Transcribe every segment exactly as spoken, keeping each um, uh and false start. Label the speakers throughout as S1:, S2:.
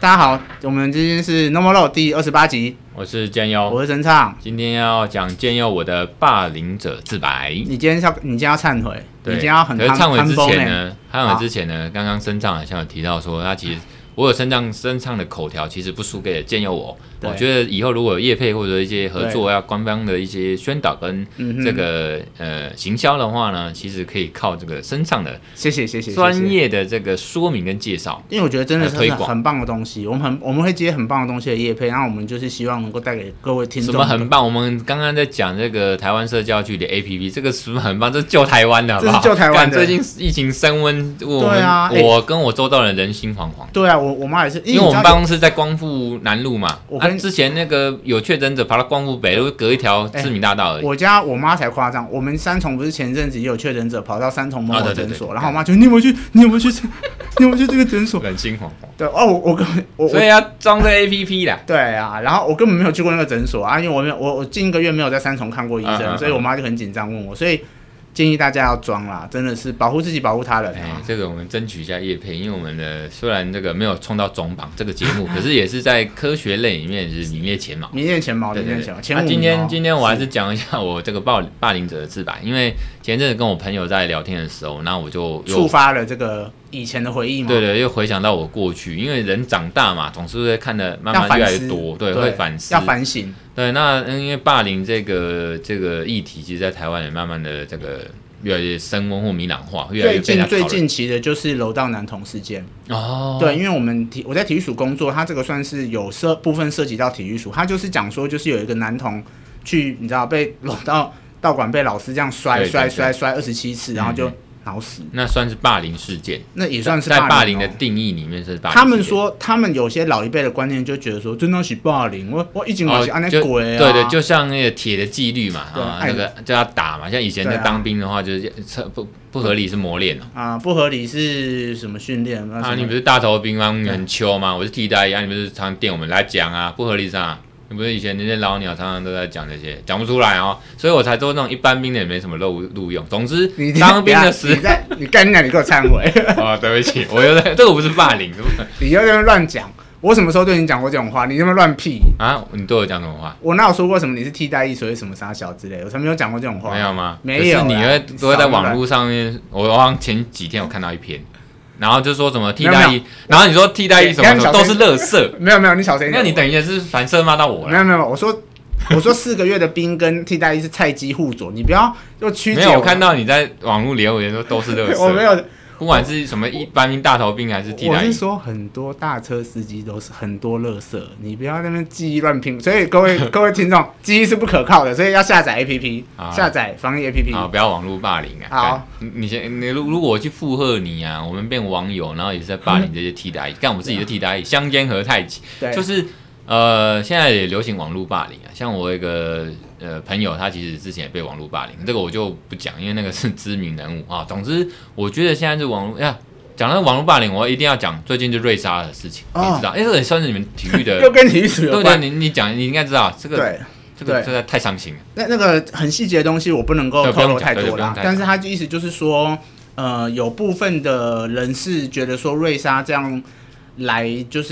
S1: 大家好，我们今天是 No More Law 第二十八集，
S2: 我是建佑，
S1: 我是陈畅。
S2: 今天要讲建佑我的霸凌者自白。
S1: 你今天要，你今天要忏悔，你今天要很
S2: 可是忏悔之前
S1: 呢，
S2: 忏悔之前呢，刚刚声唱好像有提到说，他其实我有声唱声唱的口条，其实不输给建佑我。我觉得以后如果有业配或者一些合作，要官方的一些宣导跟这个、嗯、呃行销的话呢，其实可以靠这个声唱的，
S1: 谢谢谢谢
S2: 专业的这个说明跟介绍。
S1: 因为我觉得真的是很棒的东西，我们很我们会接很棒的东西的业配，然后我们就是希望能够带给各位听众。
S2: 什么很棒？我们刚刚在讲这个台湾社教剧的 A P P， 这个是不是很棒？这是救台湾的，好不好？
S1: 这是救台湾的。
S2: 最近疫情升温，我们、啊欸、我跟我周遭的人人心惶惶。
S1: 对啊，我我妈也是，
S2: 因为我们办公室在光复南路嘛，我跟、啊、之前那个有确诊者跑到光复北路，隔一条知名大道而已。
S1: 欸、我家我妈才夸张，我们三重不是前阵子也有确诊者跑到三重某某诊所，
S2: 啊、
S1: 然后我妈就你有没有去？你有没有去？你有没有去这个诊所？
S2: 人心惶惶。
S1: 对哦，我我根本我
S2: 所以要装这 A P P 啦。
S1: 对啊，然后我根本没有去过那个诊所啊，因为我没有我我近一个月没有在三重看过医生，啊啊啊所以我妈就很紧张问我，所以。建议大家要装啦，真的是保护自己，保护他人、啊。
S2: 哎，这个我们争取一下业配，因为我们的虽然这个没有冲到总榜这个节目，可是也是在科学类里面是名列前茅。
S1: 名列前茅，名列前茅。前五名、哦。
S2: 那、啊、今天今天我还是讲一下我这个霸霸凌者的自白，因为前阵子跟我朋友在聊天的时候，那我就
S1: 触发了这个以前的回忆嘛。
S2: 对对，又回想到我过去，因为人长大嘛，总是会看的慢慢越来越多，对，会反思，
S1: 要反省。
S2: 对，那因为霸凌这个这个议题，其实在台湾也慢慢的这个。越来越升温或明朗化，越来越被人家讨论。
S1: 最近期的就是柔道男童事件
S2: 哦，
S1: 对，因为我们体我在体育署工作，它这个算是有涉部分涉及到体育署，它就是讲说，就是有一个男童去，你知道被柔道道馆被老师这样摔摔摔摔二十七次，然后就脑死、嗯，
S2: 那算是霸凌事件，
S1: 那也算是霸凌、
S2: 在霸凌的定义里面是霸凌。
S1: 他们说，他们有些老一辈的观念就觉得说，真的是霸凌，我我已经我是安那鬼啊，
S2: 对对，就像那个铁的纪律嘛，啊，那个叫他打嘛，像以前在当兵的话，就是不不合理是磨练哦，
S1: 啊，不合理是什么训练
S2: 啊？你不是大头兵吗？很秋嘛，我是替代役，你不是常电我们来讲啊？不合理是啥？不是以前那些老鸟常常都在讲这些，讲不出来哦，所以我才做那种一般兵的也没什么录录用。总之，当兵的时候，
S1: 你在你干你你给我忏悔。
S2: 哦，对不起，我有点这个不是霸凌，
S1: 你又在那乱讲。我什么时候对你讲过这种话？你那么乱屁
S2: 啊！你对我讲什么话？
S1: 我哪有说过什么你是替代役，所以什么傻小之类的？我才没有讲过这种话。
S2: 没有吗？
S1: 没有。
S2: 可是你会都会在网络上面，我好像前几天有看到一篇。然后就说什么替代役，然后你说替代役什么什么都是垃圾，
S1: 没有没有，你小声一点。
S2: 那你等于也是反射骂到我了。
S1: 没有没有，我说我说四个月的兵跟替代役是菜鸡互啄，你不要就曲解。
S2: 没有，我看到你在网络留言说都是垃圾，
S1: 我没有。
S2: 不管是什么一般兵、大头兵还是替代役，
S1: 我是说很多大车司机都是很多垃圾，你不要在那边记忆乱拼。所以各位各位听众，记忆是不可靠的，所以要下载 A P P， 下载防疫 A P P。
S2: 好，不要网络霸凌啊！
S1: 好，
S2: 你先你如果我去附和你啊，我们变网友，然后也是在霸凌这些替代役，干我自己的替代役，相煎何太急？就是。呃，现在也流行网络霸凌啊，像我一个呃朋友，他其实之前也被网络霸凌，这个我就不讲，因为那个是知名人物啊。总之，我觉得现在这网络呀，讲到网络霸凌，我一定要讲最近就瑞莎的事情，哦、你知道？哎、欸，这个也算是你们体育的，
S1: 又跟体育署有关。
S2: 对对，你你讲，你应该知道这个，
S1: 对，
S2: 这个真的太伤心了。
S1: 那那个很细节的东西，我不能够透露太多啦。但是他的意思就是说，呃，有部分的人士觉得说瑞莎这样来就是。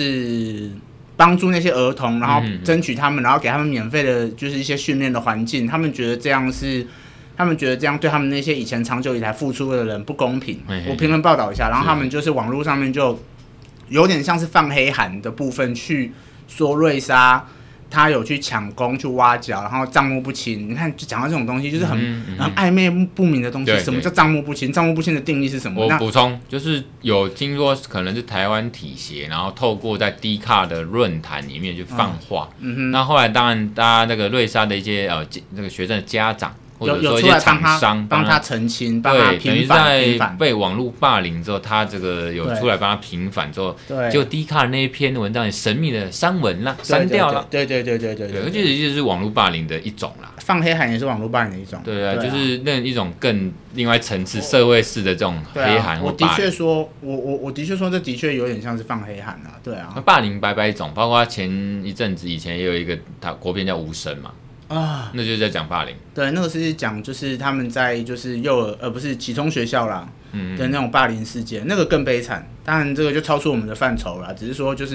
S1: 帮助那些儿童，然后争取他们，然后给他们免费的，就是一些训练的环境。他们觉得这样是，他们觉得这样对他们那些以前长久以来付出的人不公平。嘿嘿我评论报道一下，然后他们就是网络上面就有点像是放黑函的部分去说瑞莎。他有去抢功、去挖角，然后账目不清。你看，就讲到这种东西，就是很、嗯嗯、很暧昧不明的东西。什么叫账目不清？账目不清的定义是什么？
S2: 我补充，就是有听说可能是台湾体协，然后透过在 D 卡的论坛里面去放话。嗯嗯、那后来当然，大家那个瑞莎的一些呃这个学生的家长。或者说一些厂商
S1: 帮他澄清，帮他平反，
S2: 等于在被网络霸凌之后，他这个有出来帮他平反之后，就 D 卡那一篇文章神秘的删文啦，删掉了。
S1: 对对对对对对，
S2: 而且就是网络霸凌的一种啦。
S1: 放黑函也是网络霸凌的一种。
S2: 对啊，就是那一种更另外层次社会式的这种黑函或霸凌。
S1: 我的确说，我我我的确说，这的确有点像是放黑函啊。对啊，
S2: 那霸凌百百种，包括前一阵子以前也有一个他国片叫无声嘛。啊，那就是在讲霸凌。
S1: 对，那个是讲就是他们在就是幼儿呃不是启聪学校啦，嗯的那种霸凌事件，那个更悲惨。当然这个就超出我们的范畴啦，只是说就是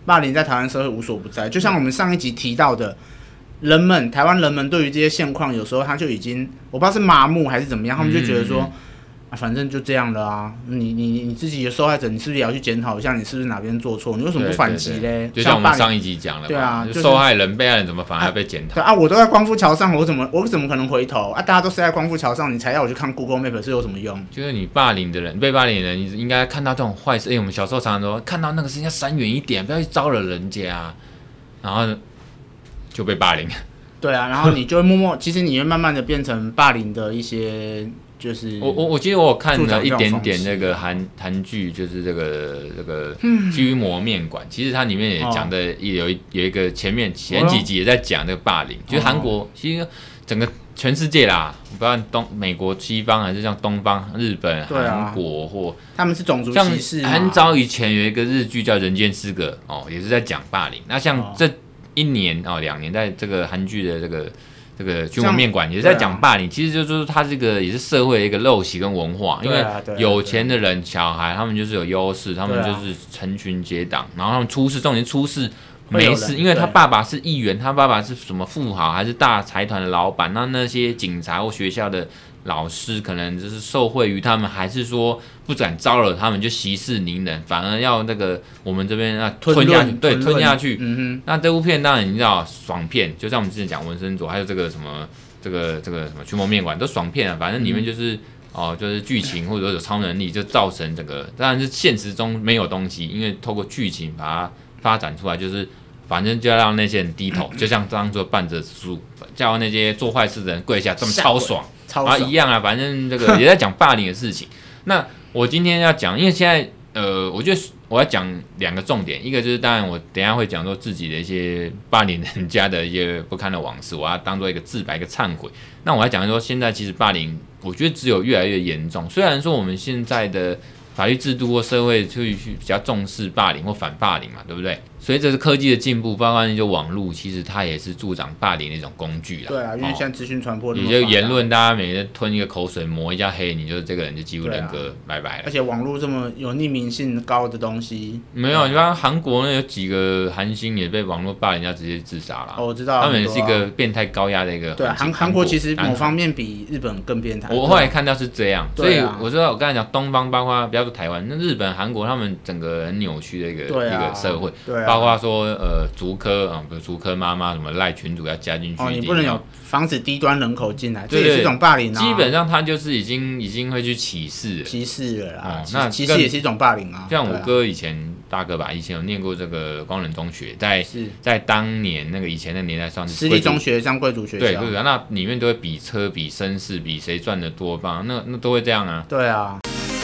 S1: 霸凌在台湾社会无所不在。就像我们上一集提到的，人们台湾人们对于这些现况，有时候他就已经我不知道是麻木还是怎么样，他们就觉得说。嗯啊，反正就这样了啊！你你你自己的受害者，你是不是也要去检讨一下，你是不是哪边做错？你为什么不反击嘞？
S2: 就像我们上一集讲的，对啊，就是、受害人、被害人怎么反而要被检讨？
S1: 对啊，我都在光复桥上，我怎么我怎么可能回头啊？大家都是在光复桥上，你才要我去看 Google Map 是有什么用？
S2: 就是你霸凌的人、被霸凌的人，你应该看到这种坏事。哎、欸，我们小时候常常说，看到那个事情要闪远一点，不要去招惹人家、啊，然后就被霸凌。
S1: 对啊，然后你就会默默，其实你会慢慢的变成霸凌的一些。就是
S2: 我我我记得我有看了一点点那个韩韩剧，就是这个这个驱魔面馆，其实它里面也讲的有一有一个前面前几集也在讲这个霸凌，就是韩国其实整个全世界啦，不管东美国西方还是像东方日本、韩国或
S1: 他们是种族歧视。
S2: 像很早以前有一个日剧叫《人间失格》哦，也是在讲霸凌。那像这一年哦两年，在这个韩剧的这个。这个驱魔面馆也是在讲霸凌，啊、其实就是它这个也是社会的一个陋习跟文化，因为有钱的人小孩他们就是有优势，他们就是成群结党，然后他们出事，重点出事没事，因为他爸爸是议员，他爸爸是什么富豪还是大财团的老板，那那些警察或学校的老师可能就是受惠于他们，还是说不敢招惹他们就息事宁人，反而要那个我们这边啊吞下去，对，吞下去。嗯哼。那这部片当然你知道爽片，就像我们之前讲文森佐，还有这个什么这个这个什么驱魔面馆都爽片啊，反正里面就是、嗯、哦就是剧情或者说有超能力，就造成这个当然是现实中没有东西，因为透过剧情把它发展出来，就是反正就要让那些人低头，就像当初半泽直树叫那些做坏事的人跪下，这么超爽。啊，一样啊，反正这个也在讲霸凌的事情。那我今天要讲，因为现在呃，我觉得我要讲两个重点，一个就是当然我等一下会讲说自己的一些霸凌人家的一些不堪的往事，我要当做一个自白、一个忏悔。那我要讲说，现在其实霸凌，我觉得只有越来越严重。虽然说我们现在的法律制度或社会去去比较重视霸凌或反霸凌嘛，对不对？随着科技的进步，包括那些网络，其实它也是助长霸凌的一种工具啦。
S1: 对啊，因为现在资讯传播，
S2: 你就言论，大家每天吞一个口水，抹一下黑，你就这个人就几乎人格拜拜了。
S1: 而且网络这么有匿名性高的东西，
S2: 没有，你看韩国那有几个韩星也被网络霸凌，人家直接自杀了。
S1: 哦，我知道，
S2: 他们也是一个变态高压的一个。
S1: 对，韩韩国其实某方面比日本更变态。
S2: 我后来看到是这样，所以我知道我刚才讲东方，包括不要说台湾，那日本、韩国他们整个很扭曲的一个一个社会，包括说呃。呃，竹科啊，比如竹科妈妈什么赖群主要加进去，
S1: 哦，你不能有防止低端人口进来，这也是一种霸凌啊。
S2: 基本上他就是已经已经会去歧视了，
S1: 歧视了啦。哦、那歧视也是一种霸凌啊。
S2: 像我哥以前大哥吧，以前有念过这个光仁中学，在在当年那个以前的年代算是
S1: 私立中学，像贵族学校，
S2: 对对对，那里面都会比车、比绅士、比谁赚的多吧，那那都会这样啊。
S1: 对啊。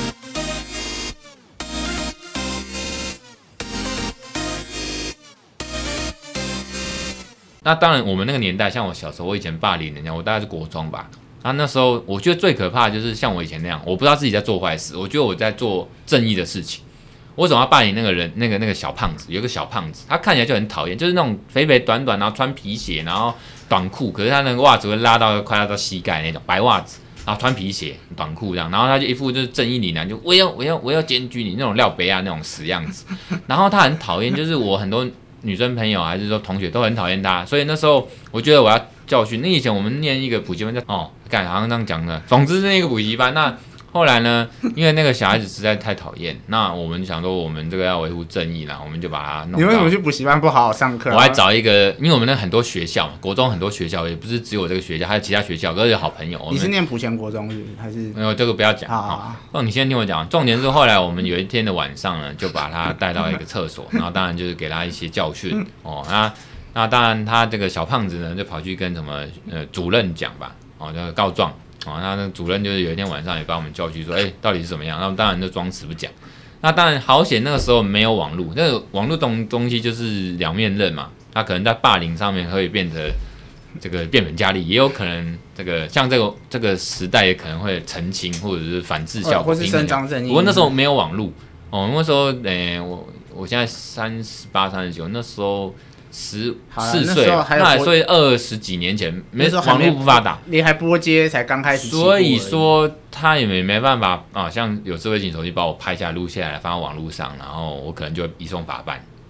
S2: 那当然，我们那个年代，像我小时候，我以前霸凌人家，我大概是国中吧。啊，那时候我觉得最可怕的就是像我以前那样，我不知道自己在做坏事，我觉得我在做正义的事情。我总要霸凌那个人，那个那个小胖子，有一个小胖子，他看起来就很讨厌，就是那种肥肥短短，然后穿皮鞋，然后短裤，可是他那个袜子会拉到快要到膝盖那种白袜子，然后穿皮鞋、短裤这样，然后他就一副就是正义凛然，就我要我要我要检举你那种廖北亚那种死样子。然后他很讨厌，就是我很多女生朋友还是说同学都很讨厌他，所以那时候我觉得我要教训。那以前我们念一个补习班叫哦，干好像这样讲的，总之是那个补习班。那后来呢，因为那个小孩子实在太讨厌，那我们想说我们这个要维护正义啦，我们就把他弄到。
S1: 你为什么去补习班不好好上课、啊？
S2: 我还找一个，因为我们那很多学校嘛，国中很多学校，也不是只有这个学校，还有其他学校，都有好朋友。
S1: 你是念埔前国中是还是？
S2: 没有这个不要讲啊。哦，你先听我讲。重点是后来我们有一天的晚上呢，就把他带到一个厕所，然后当然就是给他一些教训哦。那那当然他这个小胖子呢，就跑去跟什么呃主任讲吧，哦，就告状。哦，那那主任就是有一天晚上也把我们叫去说，哎、欸，到底是怎么样？那当然就装死不讲。那当然好险，那个时候没有网络，那个网络东东西就是两面刃嘛。他可能在霸凌上面可以变得这个变本加厉，也有可能这个像这个这个时代也可能会澄清或者是反制效果，
S1: 或是伸张正义。
S2: 不过那时候没有网络哦，那时候诶、欸，我我现在三十八、三十九，那时候。十四岁，那还所以二十几年前，没网络不发达，
S1: 你还拨接才刚开始，
S2: 所以说他也没没办法啊，像有智慧型手机把我拍下来录下来放到网络上，然后我可能就移送法办，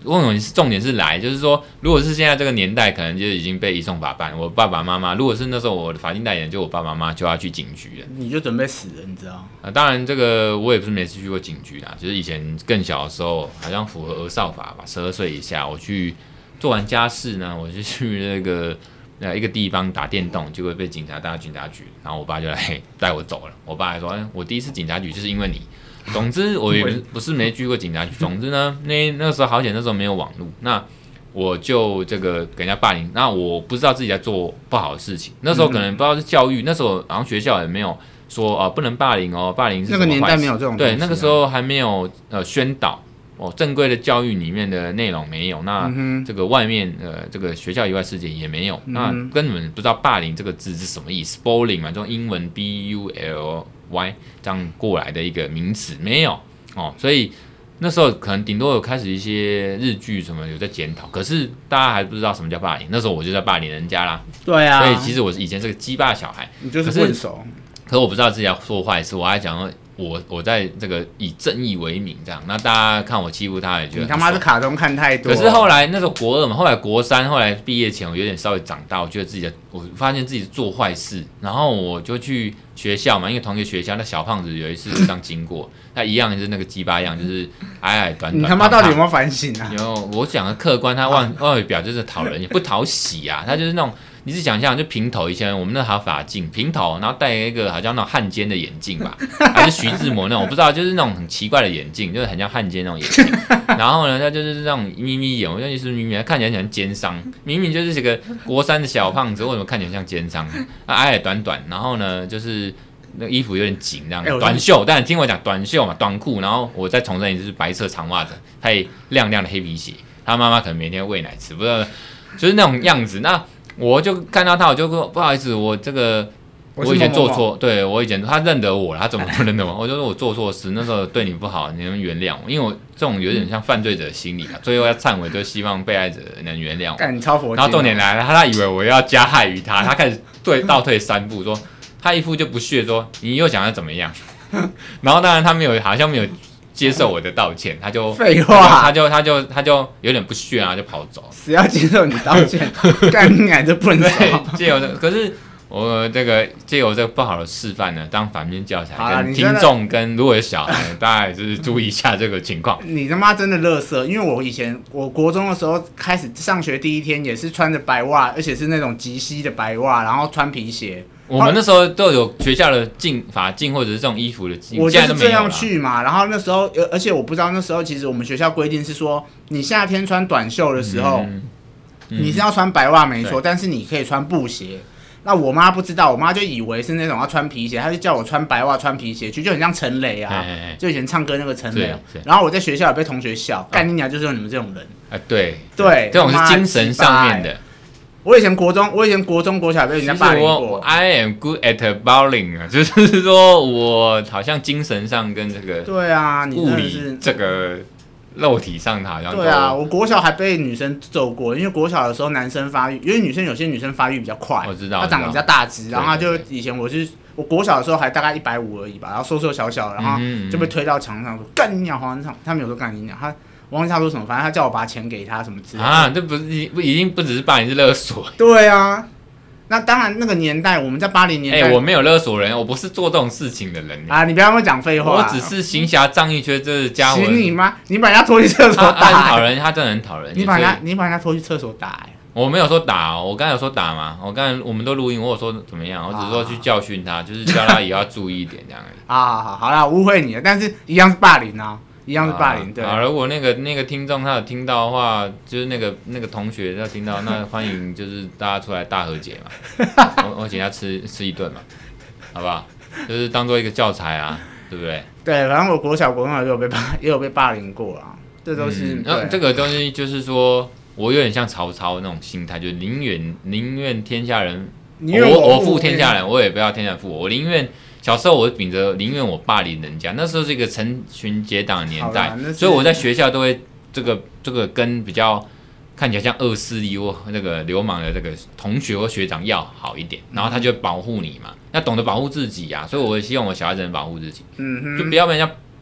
S2: 为什么重点是来，就是说，如果是现在这个年代，可能就已经被移送法办。我爸爸妈妈，如果是那时候我的法定代理人，就我爸爸妈妈就要去警局了，
S1: 你就准备死了，你知道？
S2: 啊，当然这个我也不是没次去过警局啦，就是以前更小的时候，好像符合儿少法吧，十二岁以下，我去做完家事呢，我就去那个呃一个地方打电动，结果被警察带到警察局，然后我爸就来带我走了。我爸还说，哎，我第一次警察局就是因为你。总之，我也不是没去过警察局。总之呢，那那个时候好险，那时候没有网络，那我就这个给人家霸凌。那我不知道自己在做不好的事情。那时候可能不知道是教育，那时候好像学校也没有说哦、呃、不能霸凌哦，霸凌是什么坏事。
S1: 那个年代没有这种东西、啊。
S2: 对，那个时候还没有呃宣导哦，正规的教育里面的内容没有。那、嗯、这个外面呃这个学校以外世界也没有。嗯、那根本不知道霸凌这个字是什么意思 ，bullying 嘛，这种英文 B U L Y 这样过来的一个名词没有哦，所以那时候可能顶多有开始一些日剧什么有在检讨，可是大家还不知道什么叫霸凌，那时候我就在霸凌人家啦。
S1: 对啊，
S2: 所以其实我以前是个鸡巴小孩，
S1: 你就是混熟。
S2: 可是我不知道自己要做坏事，我还讲我我在这个以正义为名这样，那大家看我欺负他也觉得
S1: 你他妈是卡通看太多。
S2: 可是后来那时候国二嘛，后来国三，后来毕业前我有点稍微长大，我觉得自己的我发现自己做坏事，然后我就去学校嘛，因为同学学校那小胖子有一次这样经过，他一样是那个鸡巴样，就是矮矮短短。
S1: 你他妈到底有没有反省啊？
S2: 有，我讲的客观，他外外表就是讨人也不讨喜啊，他就是那种。你是想象就平头，以前我们那还有发镜，平头，然后戴一个好像那种汉奸的眼镜吧，还是徐志摩那种，我不知道，就是那种很奇怪的眼镜，就是很像汉奸那种眼镜。然后呢，他就是那种眯眯眼，我觉得是眯眯，看起来像奸商，明明就是这个国三的小胖子，为什么看起来像奸商？那矮矮短短，然后呢，就是那个衣服有点紧，这样、欸、短袖，但听我讲短袖嘛，短裤，然后我再重申一次，是白色长袜子，配亮亮的黑皮鞋。他妈妈可能每天喂奶吃，不知道，就是那种样子。那我就看到他，我就说不好意思，我这个我以前做错，对我以前他认得我了，他怎么不认得我？我就说我做错事，那时候对你不好，你能原谅我？因为我这种有点像犯罪者的心理啊，最后要忏悔，就希望被害者能原谅我。
S1: 干你超佛经。
S2: 然后重点来了，他他以为我要加害于他，他开始对倒退三步，说他一副就不屑说你又想要怎么样？然后当然他没有，好像没有。接受我的道歉，他就
S1: 废话，
S2: 他就他就他就有点不屑啊，就跑走。
S1: 谁要接受你道歉？干你还是不能说。
S2: 借由这，可是我这个借由这个不好的示范呢，当反面教材，跟听众跟如果有小孩，大家也是注意一下这个情况。
S1: 你他妈真的垃圾！因为我以前我国中的时候开始上学第一天，也是穿着白袜，而且是那种及膝的白袜，然后穿皮鞋。
S2: 我们那时候都有学校的镜发镜或者是这种衣服的镜，
S1: 我就是这样去嘛。然后那时候，而且我不知道那时候其实我们学校规定是说，你夏天穿短袖的时候，嗯嗯、你是要穿白袜没错，但是你可以穿布鞋。那我妈不知道，我妈就以为是那种要穿皮鞋，她就叫我穿白袜穿皮鞋去，就很像陈雷啊，就以前唱歌那个陈雷。然后我在学校也被同学笑，干你娘就是有你们这种人
S2: 啊！对
S1: 对，
S2: 这种是精神上面的。
S1: 我以前国中，我以前国中、国小被人家霸凌过。
S2: I am good at bowling 啊，就是说我好像精神上跟这个
S1: 对啊，你
S2: 物理这个肉体上好像
S1: 对啊。我国小还被女生揍过，因为国小的时候男生发育，因为女生有些女生发育比较快，
S2: 我知道，
S1: 她长得比较大只，然后她就以前我是我国小的时候还大概一百五而已吧，然后瘦瘦小小，然后就被推到墙上说干你鸟黄场，他没有说干你鸟，他。我忘记他说什么，反正他叫我把钱给他什么之类的
S2: 啊，这不是已经不只是霸凌，是勒索。
S1: 对啊，那当然那个年代，我们在八零年代，
S2: 哎、欸，我没有勒索人，我不是做这种事情的人
S1: 啊！你不要跟我讲废话、
S2: 啊，我只是行侠仗义，觉得这家伙。
S1: 行你妈！你把人家拖去厕所打、欸，
S2: 他很讨人，他真的很讨人。
S1: 你把人家，你把人家拖去厕所打、欸，
S2: 我没有说打哦，我刚才有说打吗？我刚才我们都录音，我有说怎么样？我只是说去教训他，就是叫他以后要注意一点这样而已。
S1: 好好好，好啦，误会你了，但是一样是霸凌啊。一样是霸凌，对。
S2: 啊，如果那个那个听众他有听到的话，就是那个那个同学要听到，那欢迎就是大家出来大和解嘛，我我请他吃吃一顿嘛，好不好？就是当做一个教材啊，对不对？
S1: 对，反正我国小国中也有被霸，也有被霸凌过啊，这都是。
S2: 那、嗯、这个东西就是说，我有点像曹操那种心态，就宁愿宁愿天下人，我我负天下人，我也不要天下人负我，我宁愿。小时候我秉着宁愿我霸凌人家，那时候是一个成群结党的年代，所以我在学校都会这个这个跟比较看起来像恶势力或那个流氓的这个同学或学长要好一点，然后他就保护你嘛，那懂得保护自己啊，所以我希望我小孩子能保护自己，嗯、就不要被人家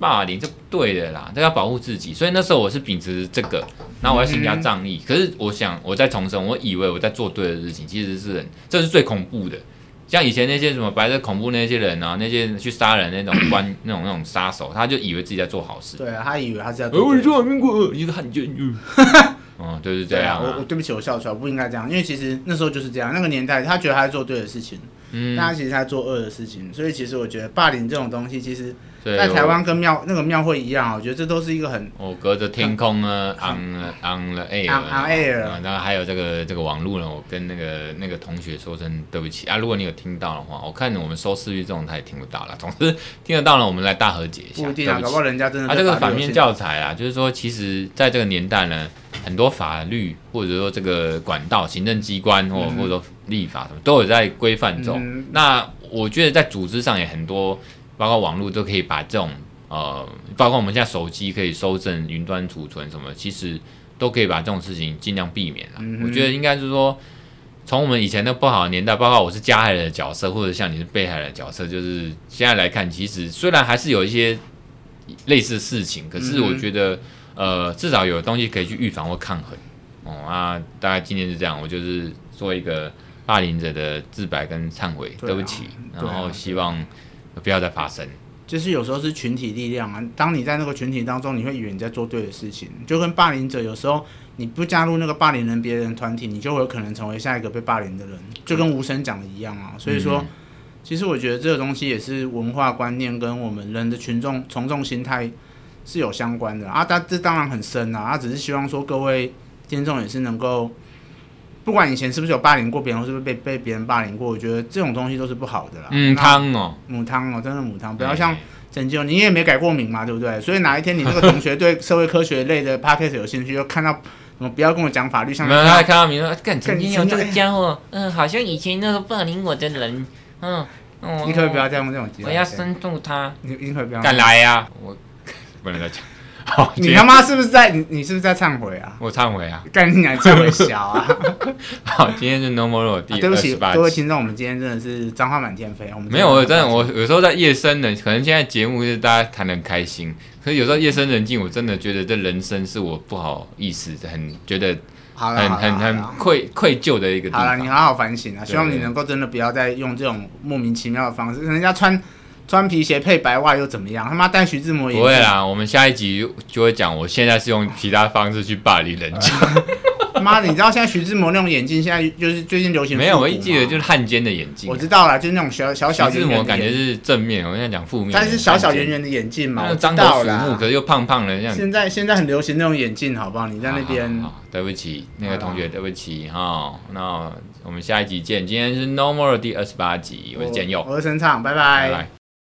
S2: 霸凌，这不对的啦，这要保护自己。所以那时候我是秉持这个，然后我要行侠仗义。嗯、可是我想，我在重申，我以为我在做对的事情，其实是很，这是最恐怖的。像以前那些什么白色恐怖那些人啊，那些去杀人那种官那种那种杀手，他就以为自己在做好事。
S1: 对啊，他以为他是在做。
S2: 我是中华民国一个汉奸。哦，就是这样、啊。
S1: 我我对不起，我笑出来，不应该这样，因为其实那时候就是这样，那个年代他觉得他在做对的事情，嗯，但他其实在做恶的事情，所以其实我觉得霸凌这种东西，其实。在台湾跟庙那个庙会一样，我觉得这都是一个很
S2: 我隔着天空呢 ，on on the air，on
S1: air，
S2: 然后还有这个这个网络呢，我跟那个那个同学说声对不起啊，如果你有听到的话，我看我们收视率这种他也听不到了，总之听得到了，我们来大和解一下。
S1: 不一定啊，搞不好人家真的。
S2: 啊，这个反面教材啊，就是说，其实在这个年代呢，很多法律或者说这个管道、行政机关或、嗯、或者说立法什么都有在规范中。嗯、那我觉得在组织上也很多。包括网络都可以把这种呃，包括我们现在手机可以收证、云端储存什么，其实都可以把这种事情尽量避免啦。嗯、我觉得应该是说，从我们以前的不好的年代，包括我是加害人的角色，或者像你是被害人的角色，就是现在来看，其实虽然还是有一些类似的事情，可是我觉得、嗯、呃，至少有东西可以去预防或抗衡。哦啊，大概今天是这样，我就是做一个霸凌者的自白跟忏悔，对不起，然后希望。不要再发生，
S1: 就是有时候是群体力量啊。当你在那个群体当中，你会以为你在做对的事情，就跟霸凌者有时候你不加入那个霸凌人别人团体，你就会有可能成为下一个被霸凌的人，就跟吴声讲的一样啊。所以说，嗯、其实我觉得这个东西也是文化观念跟我们人的群众从众心态是有相关的啊。但这当然很深啊，他只是希望说各位听众也是能够。不管以前是不是有霸凌过别人，或是不是被被别人霸凌过，我觉得这种东西都是不好的啦。
S2: 母汤哦，
S1: 母汤哦，真的母汤，不要像拯救你也没改过名嘛，对不对？所以哪一天你这个同学对社会科学类的 podcast 有兴趣，又看到什么不要跟我讲法律上面，
S2: 没有，他看到名说，干曾经
S3: 有这个家伙，嗯，好像以前那个霸凌我的人，嗯，
S1: 嗯你可不可以不要再用这种机会？
S3: 我要深度他，
S1: 你你可不可以不要？
S2: 敢来呀、啊！我不能再讲。
S1: 你他妈是不是在你你是不是在忏悔啊？
S2: 我忏悔啊！
S1: 干你娘忏悔小啊！
S2: 好，今天是 No More 第二十八集、啊。
S1: 对不起，各位听众，我们今天真的是脏话满天飞。我们
S2: 没有，我真的我有时候在夜深人，可能现在节目是大家谈得很开心，可是有时候夜深人静，我真的觉得这人生是我不好意思，很觉得很很很愧愧疚的一个地方。
S1: 好了，你好好反省啊！希望你能够真的不要再用这种莫名其妙的方式，人家穿。穿皮鞋配白袜又怎么样？他妈戴徐志摩眼镜。
S2: 不会啦，我们下一集就会讲，我现在是用其他方式去霸凌人家。
S1: 妈的，你知道现在徐志摩那种眼镜，现在就是最近流行。
S2: 没有，我一记得就是汉奸的眼镜、啊。
S1: 我知道啦，就是那种小小小圆圆的。
S2: 徐志摩感觉是正面，我现在讲负面。
S1: 但是小小圆圆的眼镜嘛，我知
S2: 道啦。张口鼠目，可是又胖胖的，像。
S1: 现在现在很流行那种眼镜，好不好？你在那边。
S2: 对不起，那个同学，对不起哈。那我们下一集见。今天是 No More 第二十八集，我是简佑，
S1: 我是陈畅，拜拜。
S2: 拜拜。